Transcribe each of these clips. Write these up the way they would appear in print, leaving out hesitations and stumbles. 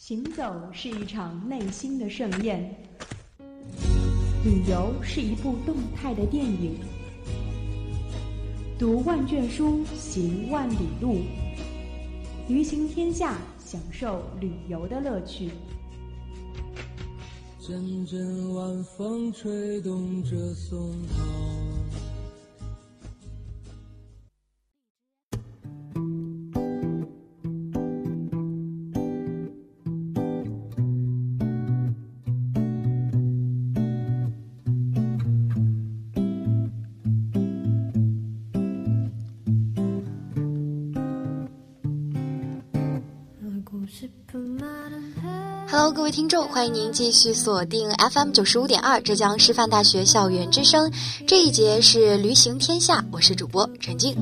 行走是一场内心的盛宴，旅游是一部动态的电影。读万卷书，行万里路，旅行天下，享受旅游的乐趣。 阵阵晚风吹动着松涛。 Hello， 各位听众，欢迎您继续锁定 FM 95.2浙江师范大学校园之声。这一节是旅行天下，我是主播陈静。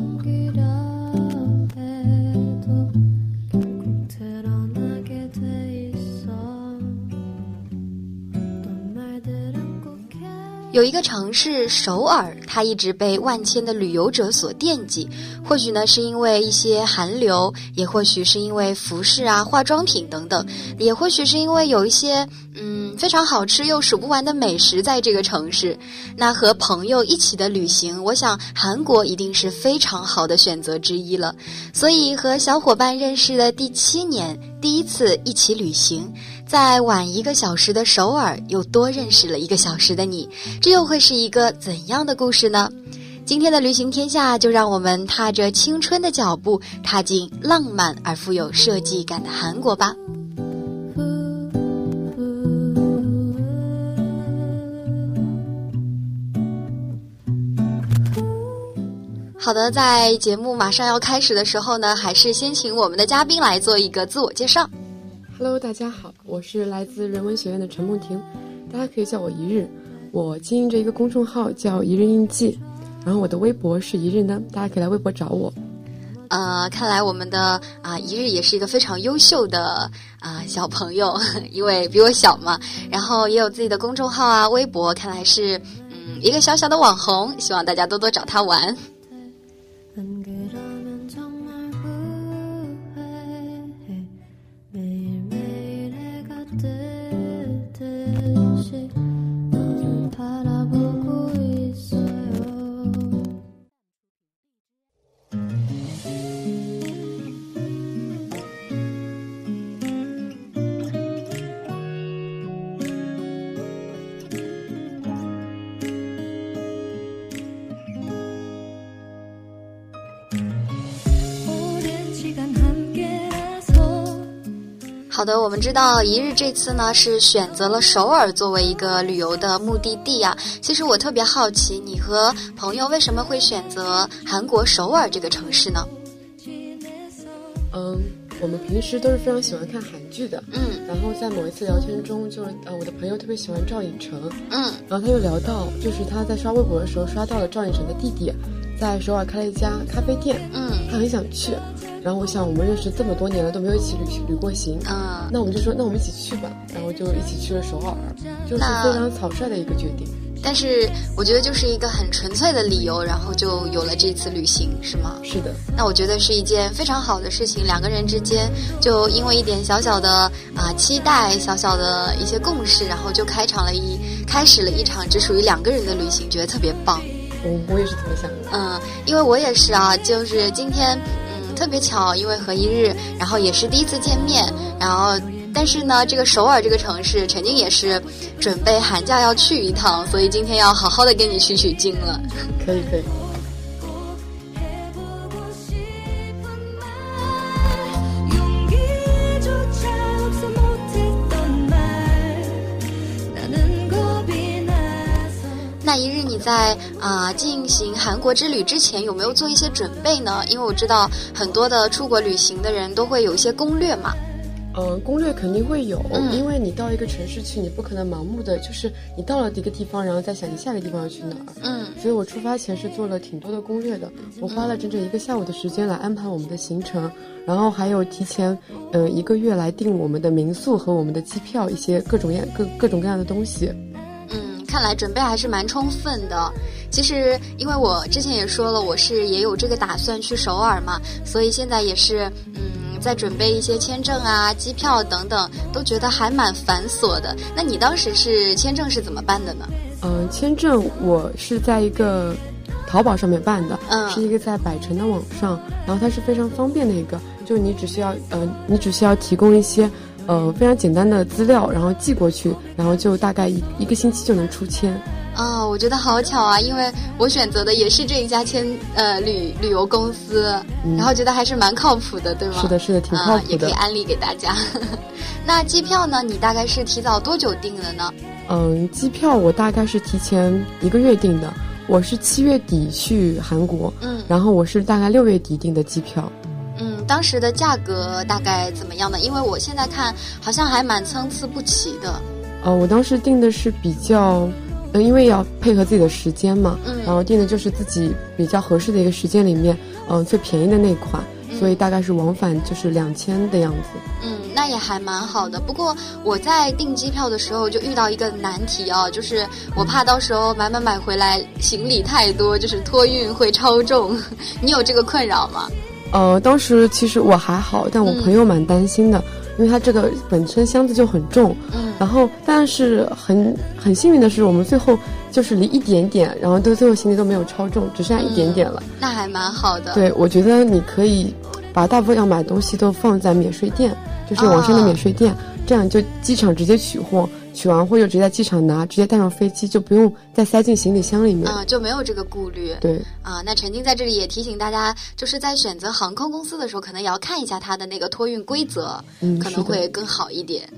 有一个城市首尔，它一直被万千的旅游者所惦记，或许呢是因为一些韩流，也或许是因为服饰啊、化妆品等等，也或许是因为有一些非常好吃又数不完的美食在这个城市。那和朋友一起的旅行，我想韩国一定是非常好的选择之一了。所以和小伙伴认识的第7年，第一次一起旅行，在晚1个小时的首尔又多认识了1个小时的你，这又会是一个怎样的故事呢？今天的旅行天下，就让我们踏着青春的脚步，踏进浪漫而富有设计感的韩国吧。好的，在节目马上要开始的时候呢，还是先请我们的嘉宾来做一个自我介绍。 Hello， 大家好，我是来自人文学院的陈梦婷，大家可以叫我一日。我经营着一个公众号叫一日印记，然后我的微博是一日呢，大家可以来微博找我。 看来我们的一日也是一个非常优秀的小朋友，因为比我小嘛，然后也有自己的公众号啊、微博，看来是一个小小的网红，希望大家多多找他玩。好的，我们知道一日这次呢是选择了首尔作为一个旅游的目的地啊。其实我特别好奇，你和朋友为什么会选择韩国首尔这个城市呢？ 我们平时都是非常喜欢看韩剧的，然后在某一次聊天中，就是我的朋友特别喜欢赵寅成，然后他就聊到，就是他在刷微博的时候刷到了赵寅成的弟弟在首尔开了一家咖啡店，他很想去。然后我想我们认识这么多年了都没有一起旅过行，那我们就说那我们一起去吧，然后就一起去了首尔，就是非常草率的一个决定。 但是我觉得就是一个很纯粹的理由，然后就有了这次旅行，是吗？是的。那我觉得是一件非常好的事情，两个人之间就因为一点小小的期待，小小的一些共识，然后就开始了一场只属于2个人的旅行，觉得特别棒。 我也是这么想的。 因为我也是就是今天特别巧，因为和一日，然后也是第一次见面，然后但是呢，这个首尔这个城市，陈静也是准备寒假要去一趟，所以今天要好好的跟你取经了。 可以。 那一日你在进行韩国之旅之前有没有做一些准备呢？因为我知道很多的出国旅行的人都会有一些攻略嘛。 攻略肯定会有，因为你到一个城市去，你不可能盲目的就是你到了一个地方，然后再想你下个地方要去哪儿。所以我出发前是做了挺多的攻略的，我花了整整1个下午的时间来安排我们的行程，然后还有提前1个月来订我们的民宿和我们的机票，一些各种各样的东西。 看来准备还是蛮充分的。其实因为我之前也说了，我是也有这个打算去首尔嘛，所以现在也是在准备一些签证啊、机票等等，都觉得还蛮繁琐的。那你当时签证是怎么办的呢？ 签证我是在一个淘宝上面办的，是一个在百城的网上，然后它是非常方便的一个，就你只需要提供一些非常简单的资料，然后寄过去，然后就大概一个星期就能出签。 我觉得好巧啊，因为我选择的也是这一家旅游公司，然后觉得还是蛮靠谱的，对吗？ 是的，挺靠谱的， 也可以安利给大家。那机票呢？你大概是提早多久订的呢？ 机票我大概是提前1个月订的，我是7月底去韩国，然后我是大概6月底订的机票。 当时的价格大概怎么样呢？因为我现在看好像还蛮参差不齐的。 我当时订的是比较，因为要配合自己的时间嘛，然后订的就是自己比较合适的一个时间里面，最便宜的那款，所以大概是往返就是2000的样子。 那也还蛮好的。不过我在订机票的时候就遇到一个难题啊，就是我怕到时候买回来行李太多，就是托运会超重。你有这个困扰吗？ 当时其实我还好，但我朋友蛮担心的，因为他这个本身箱子就很重，然后但是很幸运的是，我们最后就是离一点点，然后最后行李都没有超重，只剩下一点点了。 那还蛮好的。 对，我觉得你可以把大部分要买的东西都放在免税店，就是网上的免税店，这样就机场直接取货，取完货就直接在机场拿，直接带上飞机，就不用再塞进行李箱里面， 就没有这个顾虑。 对那陈静在这里也提醒大家，就是在选择航空公司的时候，可能也要看一下它的那个托运规则，可能会更好一点。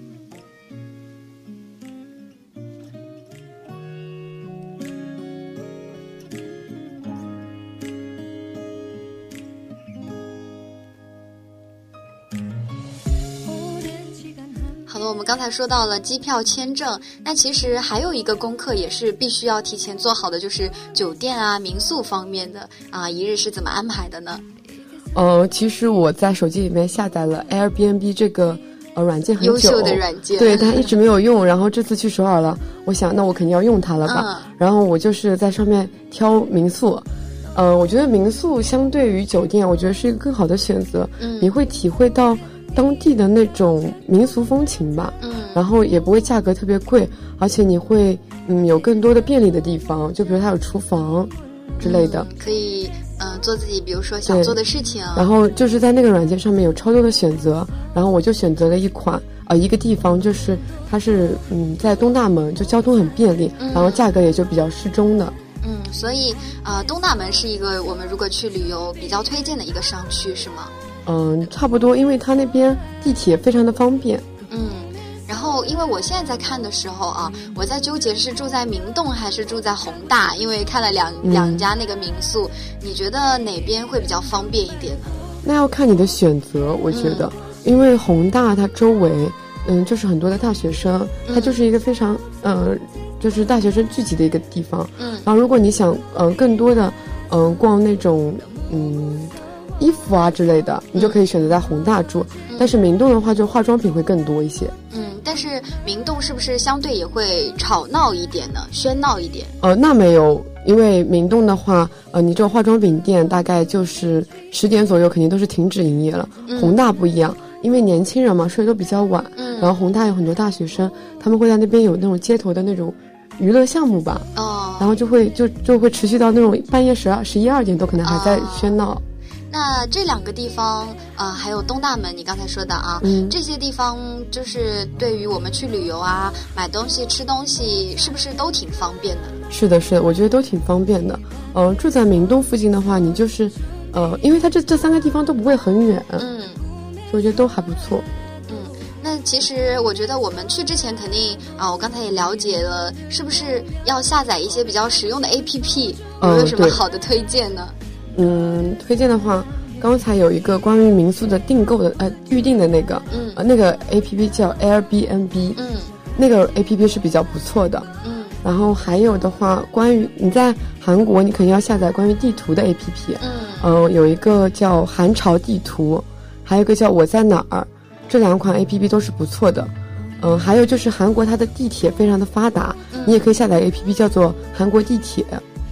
好了，我们刚才说到了机票、签证，那其实还有一个功课也是必须要提前做好的，就是酒店啊、民宿方面的一日是怎么安排的呢？ 其实我在手机里面下载了 Airbnb 这个软件很久， 优秀的软件， 对，但一直没有用。然后这次去首尔了，我想那我肯定要用它了吧。然后我就是在上面挑民宿。我觉得民宿相对于酒店，我觉得是一个更好的选择。你会体会到当地的那种民俗风情吧，然后也不会价格特别贵，而且你会有更多的便利的地方，就比如它有厨房之类的， 可以做自己比如说想做的事情。 然后就是在那个软件上面有超多的选择，然后我就选择了一个地方，就是它是在东大门，就交通很便利，然后价格也就比较适中的。 所以东大门是一个我们如果去旅游比较推荐的一个商区，是吗？ 差不多，因为它那边地铁非常的方便。 然后因为我现在在看的时候我在纠结是住在明洞还是住在弘大，因为看了两家那个民宿，你觉得哪边会比较方便一点呢？ 那要看你的选择，我觉得，因为弘大它周围就是很多的大学生，它就是一个非常就是大学生聚集的一个地方。然后如果你想更多的逛那种衣服啊之类的，你就可以选择在弘大住。但是明洞的话，就化妆品会更多一些。 但是明洞是不是相对也会吵闹一点呢？喧闹一点？ 那没有，因为明洞的话，你这种化妆品店大概就是10点左右肯定都是停止营业了。弘大不一样，因为年轻人嘛睡都比较晚，然后弘大有很多大学生，他们会在那边有那种街头的那种娱乐项目吧，然后就会持续到那种半夜11、12点都可能还在喧闹。 那这两个地方还有东大门你刚才说的这些地方就是对于我们去旅游买东西吃东西是不是都挺方便的？ 是的，我觉得都挺方便的。住在明洞附近的话，你就是因为它这3个地方都不会很远，所以我觉得都还不错。 那其实我觉得我们去之前肯定我刚才也了解了，是不是要下载一些比较实用的 APP？ 有没有什么好的推荐呢？ 推荐的话，刚才有一个关于民宿的订购的预订的那个那个 APP 叫 Airbnb，那个 APP 是比较不错的。然后还有的话，关于你在韩国，你肯定要下载关于地图的 APP。有一个叫韩朝地图，还有一个叫我在哪儿，这2款 APP 都是不错的。还有就是韩国它的地铁非常的发达，你也可以下载 APP 叫做韩国地铁。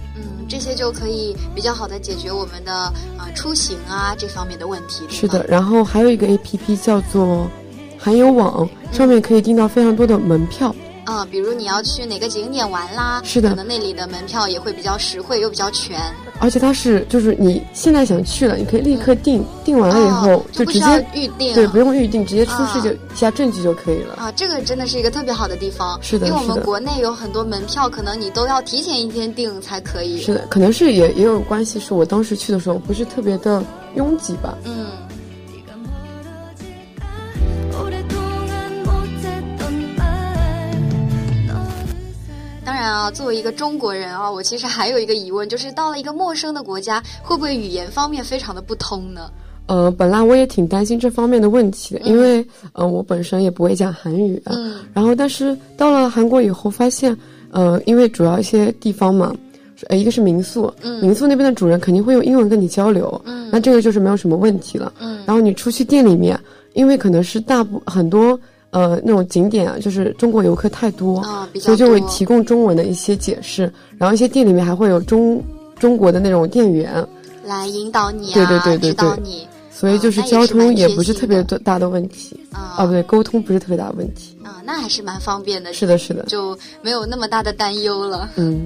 这些就可以比较好的解决我们的出行啊这方面的问题。 是的，然后还有一个 APP 叫做韩游网，上面可以订到非常多的门票。 比如你要去哪个景点玩啦， 是的， 可能那里的门票也会比较实惠又比较全。 而且它是就是你现在想去了，你可以立刻订，订完了以后就直接预定， 对，不用预定，直接出示就下证据就可以了。 这个真的是一个特别好的地方。 是的， 因为我们国内有很多门票，可能你都要提前一天订才可以。 是的，可能是也有关系，是我当时去的时候不是特别的拥挤吧。 当然啊，作为一个中国人啊，我其实还有一个疑问，就是到了一个陌生的国家，会不会语言方面非常的不通呢？ 本来我也挺担心这方面的问题的，因为我本身也不会讲韩语啊。然后但是到了韩国以后发现，因为主要一些地方嘛，一个是民宿，民宿那边的主人肯定会用英文跟你交流，那这个就是没有什么问题了。然后你出去店里面，因为可能是很多那种景点啊，就是中国游客太多，所以就会提供中文的一些解释，然后一些店里面还会有中国的那种店员来引导你对指导你， 所以就是交通也不是特别大的问题不对，沟通不是特别大的问题那还是蛮方便的。 是的， 就没有那么大的担忧了。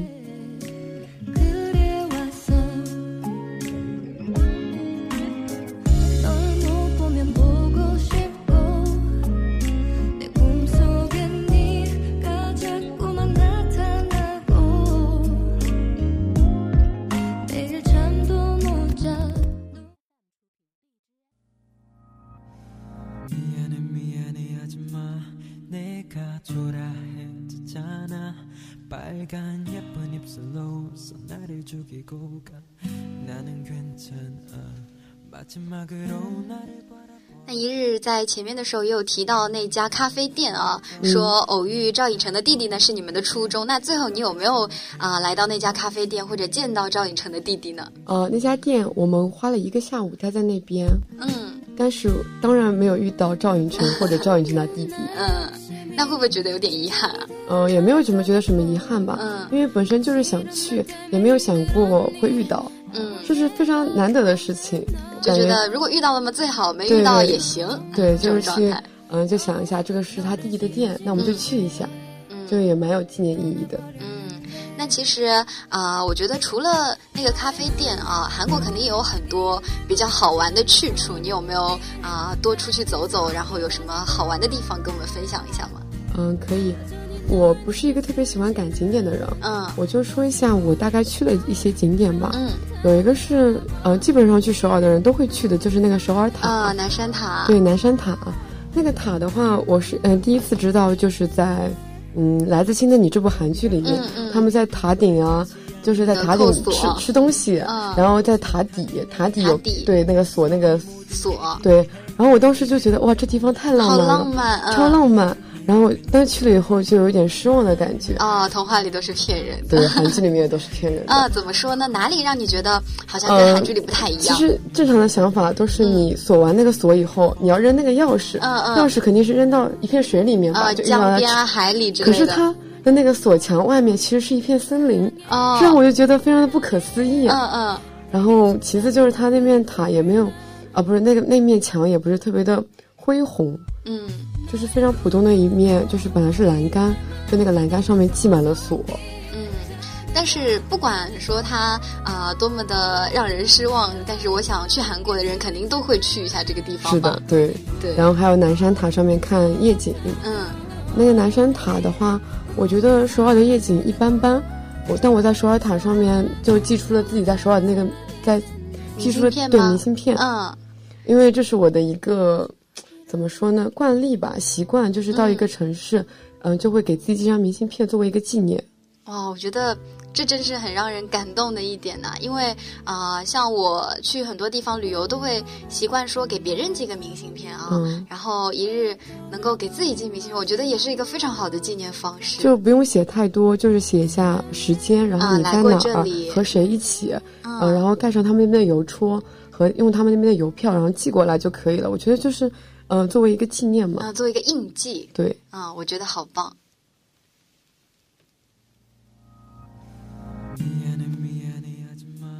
那一日在前面的时候也有提到那家咖啡店啊，说偶遇赵寅成的弟弟呢是你们的初衷。那最后你有没有来到那家咖啡店或者见到赵寅成的弟弟呢？ 那家店我们花了1个下午待在那边，但是当然没有遇到赵寅成或者赵寅成的弟弟。 那会不会觉得有点遗憾啊？ 也没有觉得什么遗憾吧。因为本身就是想去，也没有想过会遇到。这是非常难得的事情， 就觉得如果遇到了嘛最好，没遇到也行。 对，就是去就想一下这个是他弟弟的店，那我们就去一下，就也蛮有纪念意义的。 那其实我觉得除了那个咖啡店韩国肯定也有很多比较好玩的去处。你有没有多出去走走，然后有什么好玩的地方跟我们分享一下吗？ 可以。我不是一个特别喜欢赶景点的人，我就说一下我大概去了一些景点吧。有一个是基本上去首尔的人都会去的，就是那个首尔塔南山塔。 对，南山塔那个塔的话，我是第一次知道，就是在来自星的你这部韩剧里面，他们在塔顶就是在塔顶吃东西，然后在塔底有对那个锁对，然后我当时就觉得哇，这地方太浪漫了， 好浪漫， 超浪漫。然后但是去了以后就有点失望的感觉童话里都是骗人的， 对，韩剧里面也都是骗人的怎么说呢？哪里让你觉得好像跟韩剧里不太一样？ 其实正常的想法都是你锁完那个锁以后，你要扔那个钥匙，钥匙肯定是扔到一片水里面吧，就江边海里之类的。 可是它的那个锁墙外面其实是一片森林，这样我就觉得非常的不可思议。然后其次就是它那面塔也没有不是那面墙也不是特别的恢宏，就是非常普通的一面，就是本来是栏杆，就那个栏杆上面系满了锁。 但是不管说它多么的让人失望，但是我想去韩国的人肯定都会去一下这个地方吧。 是的，对。然后还有南山塔上面看夜景。那个南山塔的话，我觉得首尔的夜景一般般。但我在首尔塔上面就寄出了自己在首尔的那个寄出了对明信片。因为这是我的一个怎么说呢，惯例吧，习惯，就是到一个城市就会给自己寄张明信片作为一个纪念。 我觉得这真是很让人感动的一点因为像我去很多地方旅游都会习惯说给别人寄个明信片然后一日能够给自己寄明信片，我觉得也是一个非常好的纪念方式， 就不用写太多，就是写一下时间，然后你在哪儿和谁一起然后盖上他们那边的邮戳和用他们那边的邮票，然后寄过来就可以了。我觉得就是作为一个纪念嘛， 作为一个印记。 对我觉得好棒。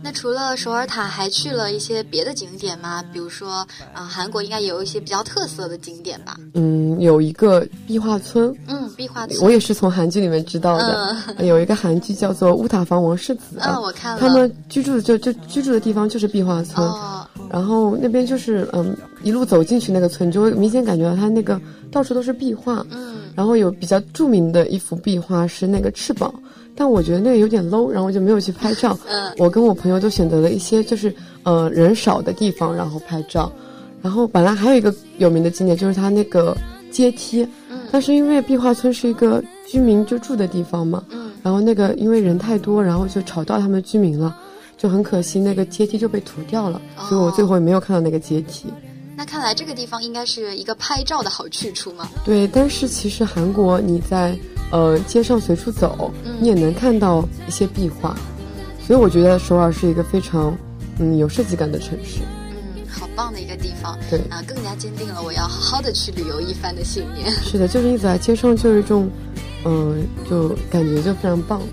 那除了首尔塔，还去了一些别的景点吗？比如说韩国应该也有一些比较特色的景点吧？ 有一个壁画村。 壁画村， 我也是从韩剧里面知道的。有一个韩剧叫做《乌塔房王世子》。 我看了。 他们居住的地方就是壁画村。然后那边就是一路走进去那个村，就会明显感觉到它那个到处都是壁画。然后有比较著名的一幅壁画是那个翅膀，但我觉得那个有点 low， 然后我就没有去拍照。我跟我朋友都选择了一些就是人少的地方，然后拍照。然后本来还有一个有名的景点就是它那个阶梯，但是因为壁画村是一个居民就住的地方嘛，然后那个因为人太多，然后就吵到他们居民了，就很可惜那个阶梯就被涂掉了，所以我最后也没有看到那个阶梯。 那看来这个地方应该是一个拍照的好去处吗？ 对，但是其实韩国你在街上随处走，你也能看到一些壁画，所以我觉得首尔是一个非常有设计感的城市。 好棒的一个地方。 对更加坚定了我要好好的去旅游一番的信念。 是的，就是你走在街上就有一种就感觉就非常棒。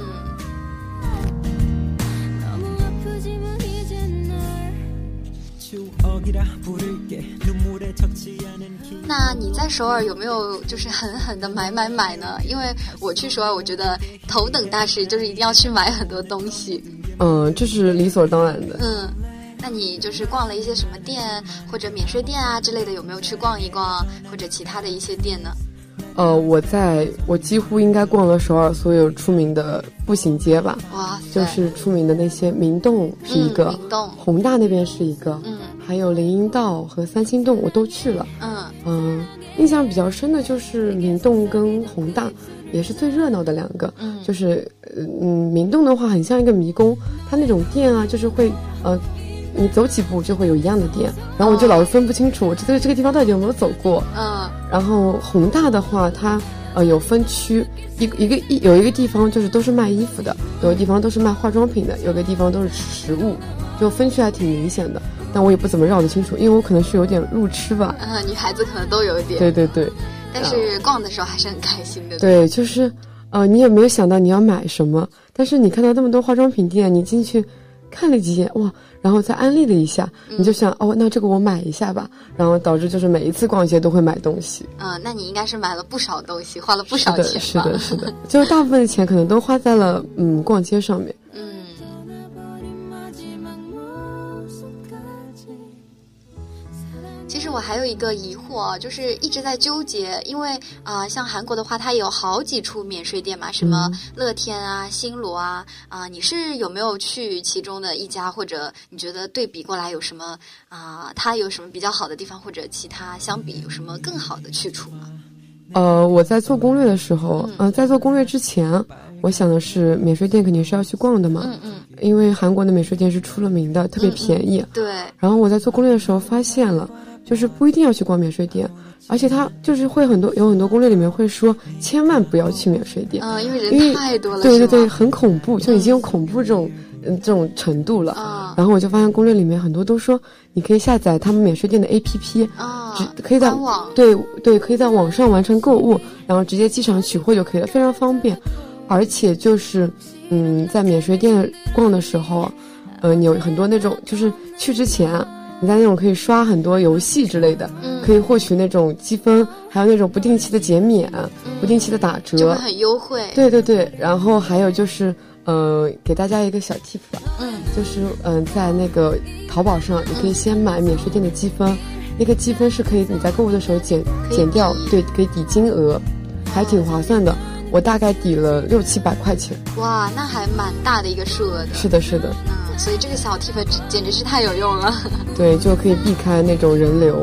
那你在首尔有没有就是狠狠的买呢？因为我去首尔，我觉得头等大事就是一定要去买很多东西。 这是理所当然的。 那你就是逛了一些什么店或者免税店啊之类的，有没有去逛一逛或者其他的一些店呢？ 我几乎应该逛了首尔所有出名的步行街吧。 哇， 就是出名的那些明洞是一个， 明洞、 弘大那边是一个，还有林荫道和三星洞我都去了。印象比较深的就是明洞跟弘大，也是最热闹的两个。就是明洞的话很像一个迷宫，它那种店啊就是会你走几步就会有一样的店，然后我就老是分不清楚这个地方到底有没有走过。然后弘大的话它有分区，有一个地方就是都是卖衣服的，有个地方都是卖化妆品的，有个地方都是食物，就分区还挺明显的。但我也不怎么绕得清楚，因为我可能是有点路痴吧。 女孩子可能都有点。 对。 但是逛的时候还是很开心的。 对，就是你也没有想到你要买什么，但是你看到那么多化妆品店，你进去看了几眼，哇，然后再安利了一下，你就想那这个我买一下吧，然后导致就是每一次逛街都会买东西。 那你应该是买了不少东西，花了不少钱吧？ 是的，就大部分的钱可能都花在了逛街上面。 其实我还有一个疑惑，就是一直在纠结，因为像韩国的话，它有好几处免税店嘛，什么乐天啊、新罗啊，你是有没有去其中的一家，或者你觉得对比过来有什么它有什么比较好的地方，或者其他相比有什么更好的去处吗？ 我在做攻略的时候，在做攻略之前，我想的是免税店肯定是要去逛的嘛，因为韩国的免税店是出了名的，特别便宜。 对。 然后我在做攻略的时候发现了，就是不一定要去逛免税店，而且它就是会有很多攻略里面会说千万不要去免税店， 因为人太多了。 对，很恐怖，就已经有恐怖这种程度了。然后我就发现攻略里面很多都说你可以下载他们免税店的 APP，可以在对可以在网上完成购物，然后直接机场取货就可以了，非常方便。而且就是在免税店逛的时候你有很多那种就是去之前你在那种可以刷很多游戏之类的，可以获取那种积分，还有那种不定期的减免，不定期的打折， 就会很优惠。 对。然后还有就是给大家一个小 tip 吧，就是在那个淘宝上，你可以先买免税店的积分，那个积分是可以你在购物的时候减掉，对，可以抵金额，还挺划算的。我大概抵了600-700块钱。哇， 那还蛮大的一个数额的。 是的。 所以这个小 tip 简直是太有用了。 对，就可以避开那种人流。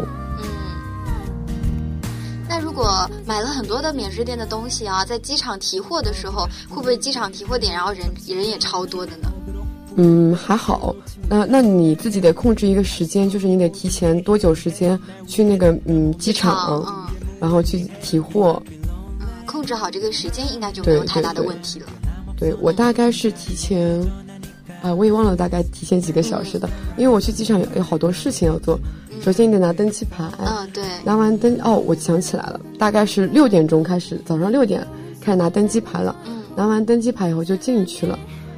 那如果买了很多的免税店的东西在机场提货的时候，会不会机场提货点然后人也超多的呢？ 还好。那你自己得控制一个时间，就是你得提前多久时间去那个机场，然后去提货。 控制好这个时间应该就没有太大的问题了。 对，我大概是提前我也忘了大概提前几个小时的，因为我去机场有好多事情要做。首先你得拿登机牌， 对， 拿完我想起来了，大概是6点钟开始，早上6点开始拿登机牌了。拿完登机牌以后就进去了，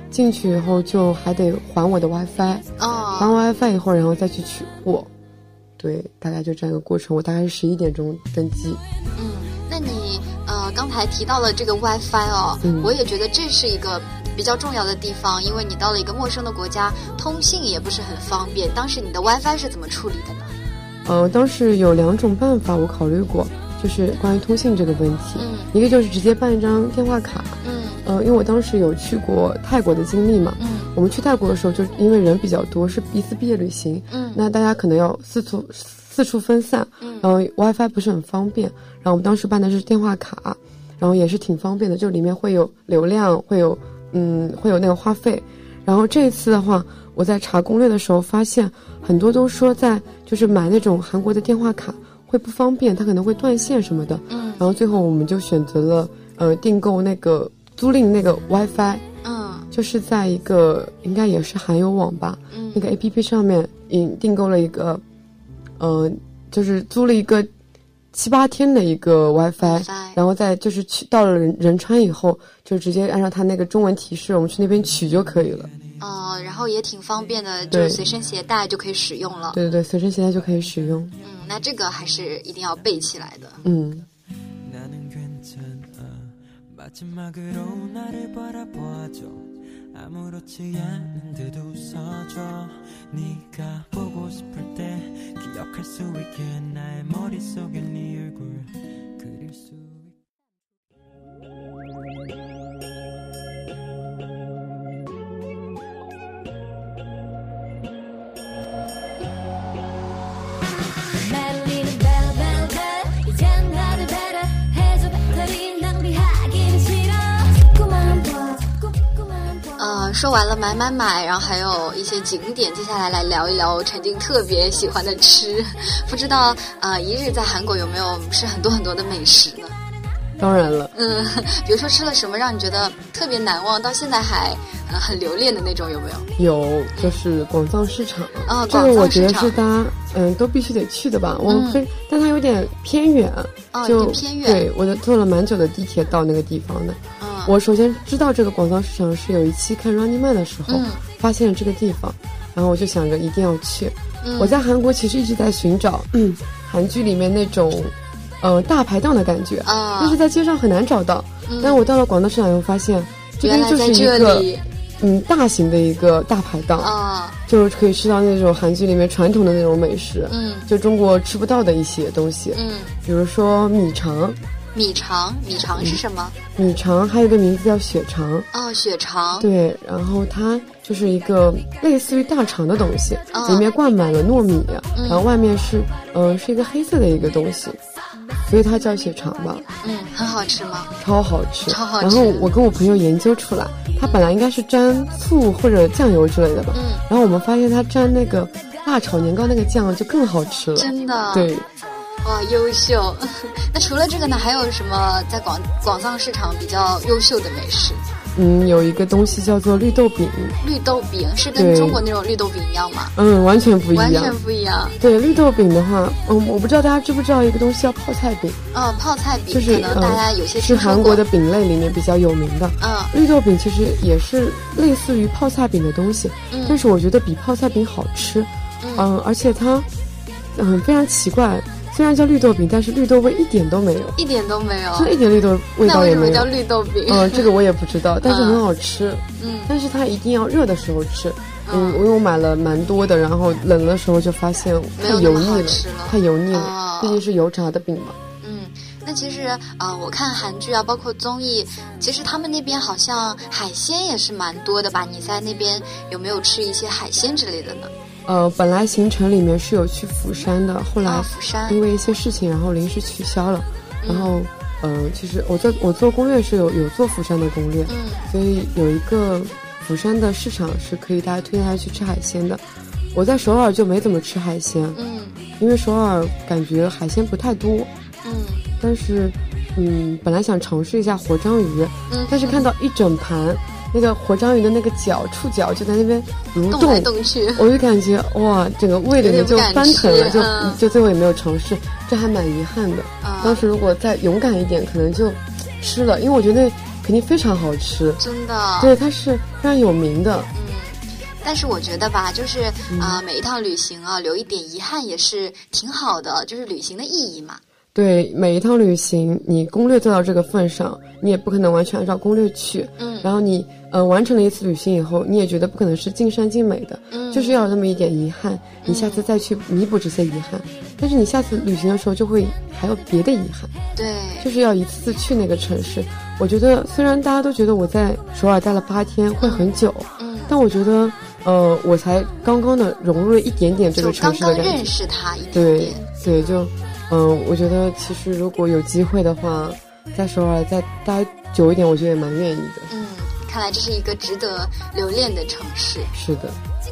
进去以后就还得还我的 WiFi，还完 WiFi 以后，然后再去取货。对，大概就这样一个过程。我大概是11点钟登机。 那你刚才提到了这个 WiFi 哦，我也觉得这是一个比较重要的地方，因为你到了一个陌生的国家，通信也不是很方便。当时你的 WiFi 是怎么处理的呢？ 当时有2种办法我考虑过，就是关于通信这个问题。一个就是直接办一张电话卡。因为我当时有去过泰国的经历嘛。我们去泰国的时候，就因为人比较多，是一次毕业旅行。那大家可能要四处分散，然后 WiFi 不是很方便。然后我们当时办的是电话卡，然后也是挺方便的，就里面会有流量，会有那个话费。然后这一次的话，我在查攻略的时候发现，很多都说就是买那种韩国的电话卡会不方便，它可能会断线什么的。然后最后我们就选择了订购那个租赁那个 WiFi。就是在一个应该也是韩友网吧，那个 APP 上面订购了一个就是租了一个7、8天的一个 WiFi， 然后再就是到了仁川以后，就直接按照它那个中文提示，我们去那边取就可以了。 然后也挺方便的，就是随身携带就可以使用了。 对，随身携带就可以使用。 那这个还是一定要背起来的。说完了买，然后还有一些景点，接下来聊一聊陈静特别喜欢的吃。不知道一日在韩国有没有吃很多很多的美食呢？ 当然了。 比如说吃了什么让你觉得特别难忘，到现在还很留恋的那种，有没有？ 有，就是广藏市场。 这个我觉得是大家都必须得去的吧。但它有点偏远。 有点偏远。 对，我坐了蛮久的地铁到那个地方的。我首先知道这个广藏市场是有一期看 Running Man 的时候发现了这个地方，然后我就想着一定要去。我在韩国其实一直在寻找韩剧里面那种大排档的感觉，但是在街上很难找到。但我到了广藏市场以后发现，这边就是一个大型的一个大排档，就是可以吃到那种韩剧里面传统的那种美食，就中国吃不到的一些东西，比如说米肠。 米肠是什么？ 米肠还有一个名字叫血肠。 血肠。对， 然后它就是一个类似于大肠的东西，里面灌满了糯米，然后外面是一个黑色的一个东西，所以它叫血肠吧。 很好吃吗？ 超好吃。然后我跟我朋友研究出来，它本来应该是沾醋或者酱油之类的吧，然后我们发现它沾那个辣炒年糕那个酱就更好吃了。 真的？ 对。 哇，优秀！那除了这个呢，还有什么在广藏市场比较优秀的美食？ 有一个东西叫做绿豆饼。 绿豆饼是跟中国那种绿豆饼一样吗？ 完全不一样。 完全不一样。 对，绿豆饼的话，我不知道大家知不知道一个东西叫泡菜饼。 泡菜饼就是可能大家有些是韩国的饼类里面比较有名的。绿豆饼其实也是类似于泡菜饼的东西，但是我觉得比泡菜饼好吃。而且它非常奇怪。虽然叫绿豆饼，但是绿豆味一点都没有， 一点都没有， 就一点绿豆味道也没有。 那为什么叫绿豆饼？ 这个我也不知道，但是很好吃。但是它一定要热的时候吃。因为我买了蛮多的，然后冷的时候就发现太油腻了，太油腻了，毕竟是油炸的饼嘛。 那其实我看韩剧啊，包括综艺，其实他们那边好像海鲜也是蛮多的吧？你在那边有没有吃一些海鲜之类的呢？ 本来行程里面是有去釜山的，后来釜山因为一些事情，然后临时取消了。然后其实我做攻略是有做釜山的攻略，所以有一个釜山的市场是可以大家推荐大家去吃海鲜的。我在首尔就没怎么吃海鲜，因为首尔感觉海鲜不太多，但是本来想尝试一下活章鱼，但是看到一整盘。那个活章鱼的那个触角就在那边蠕动来动去， 我就感觉哇，整个胃里面就翻腾了，就最后也没有尝试，这还蛮遗憾的。当时如果再勇敢一点，可能就吃了，因为我觉得那肯定非常好吃， 真的。 对，它是非常有名的。 但是我觉得吧，就是每一趟旅行啊，留一点遗憾也是挺好的，就是旅行的意义嘛。 对，每一趟旅行，你攻略做到这个份上，你也不可能完全按照攻略去。然后你完成了一次旅行以后，你也觉得不可能是尽善尽美的，就是要有那么一点遗憾，你下次再去弥补这些遗憾。但是你下次旅行的时候就会还有别的遗憾。 对， 就是要一次次去那个城市。我觉得虽然大家都觉得我在首尔待了8天会很久，但我觉得我才刚刚的融入了一点点这个城市的感觉， 就刚刚认识它一点点。 对，就我觉得其实如果有机会的话，在首尔再待久一点，我觉得也蛮愿意的。 看来这是一个值得留恋的城市。 是的。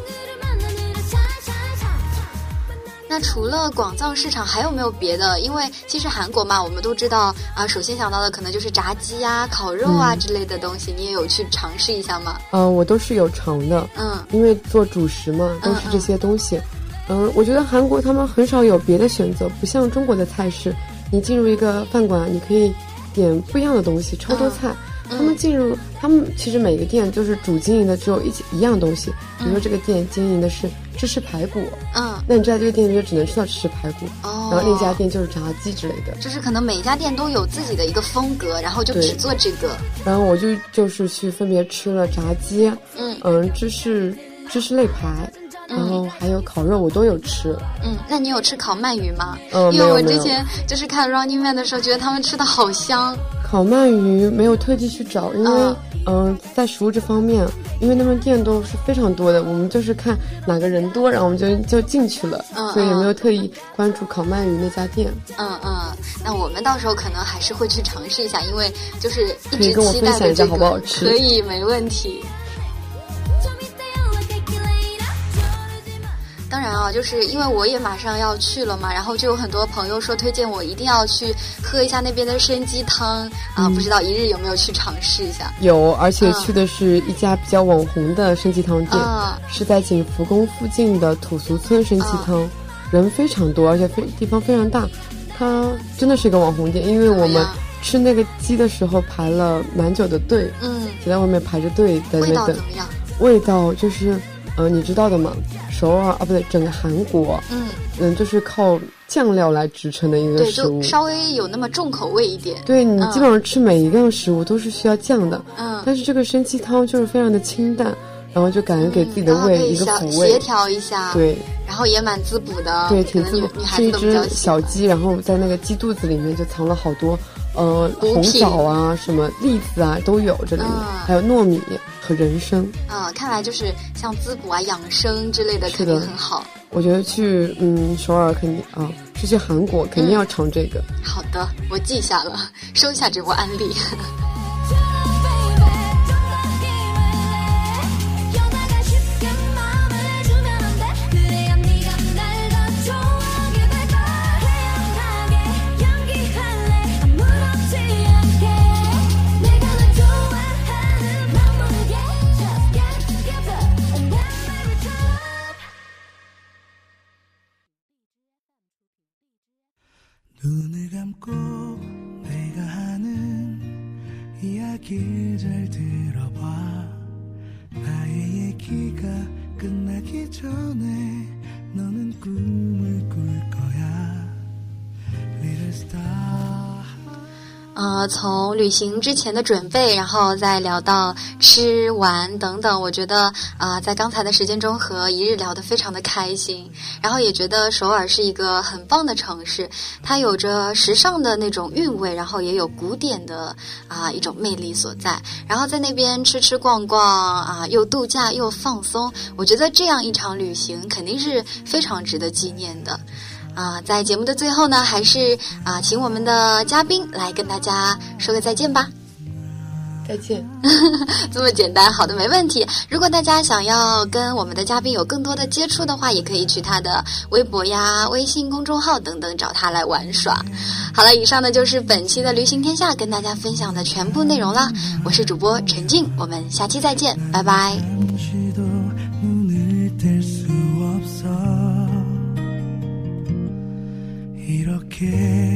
那除了广藏市场还有没有别的？因为其实韩国嘛，我们都知道首先想到的可能就是炸鸡啊、烤肉啊之类的东西，你也有去尝试一下吗？ 我都是有尝的，因为做主食嘛，都是这些东西。我觉得韩国他们很少有别的选择，不像中国的菜式，你进入一个饭馆，你可以点不一样的东西，超多菜。他们其实每个店就是主经营的只有一样东西，比如说这个店经营的是芝士排骨，那你在这个店里就只能吃到芝士排骨，然后另一家店就是炸鸡之类的， 就是可能每一家店都有自己的一个风格，然后就只做这个。 然后我就是去分别吃了炸鸡，芝士肋排，然后还有烤肉，我都有吃。 那你有吃烤鳗鱼吗？因为我之前就是看 Running Man 的时候，觉得他们吃的好香。 烤鳗鱼没有特地去找，因为在食物这方面，因为那边店都是非常多的，我们就是看哪个人多，然后我们就进去了，所以也没有特意关注烤鳗鱼那家店。 那我们到时候可能还是会去尝试一下，因为就是一直可以跟我分享一下好不好吃？ 可以，没问题。当然啊，就是因为我也马上要去了嘛，然后就有很多朋友说推荐我一定要去喝一下那边的参鸡汤不知道一日有没有去尝试一下？有， 而且去的是一家比较网红的参鸡汤店，是在景福宫附近的土俗村参鸡汤，人非常多，而且地方非常大，它真的是一个网红店，因为我们吃那个鸡的时候排了蛮久的队，就在外面排着队在那等。味道怎么样？ 味道就是你知道的嘛，首尔不对，整个韩国，就是靠酱料来支撑的一个食物， 对，就稍微有那么重口味一点。 对，你基本上吃每一样食物都是需要酱的，但是这个参鸡汤就是非常的清淡，然后就感觉给自己的胃一个抚慰， 协调一下。 对， 然后也蛮滋补的。 对，挺滋补。是一只小鸡，然后在那个鸡肚子里面就藏了好多红枣啊、什么栗子啊都有这里面，还有糯米和人参。 看来就是像滋补啊、养生之类的肯定很好。 我觉得去首尔肯定是去韩国肯定要尝这个。 好的，我记下了，收下这波安利。从旅行之前的准备，然后再聊到吃玩等等，我觉得在刚才的时间中和一日聊得非常的开心，然后也觉得首尔是一个很棒的城市，它有着时尚的那种韵味，然后也有古典的一种魅力所在，然后在那边吃逛逛又度假又放松，我觉得这样一场旅行肯定是非常值得纪念的。在节目的最后呢，还是请我们的嘉宾来跟大家说个再见吧。 再见。 这么简单，好的，没问题。如果大家想要跟我们的嘉宾有更多的接触的话，也可以去他的微博呀、微信公众号等等找他来玩耍。好了，以上呢就是本期的旅行天下跟大家分享的全部内容啦。我是主播陈静，我们下期再见，拜拜。이렇게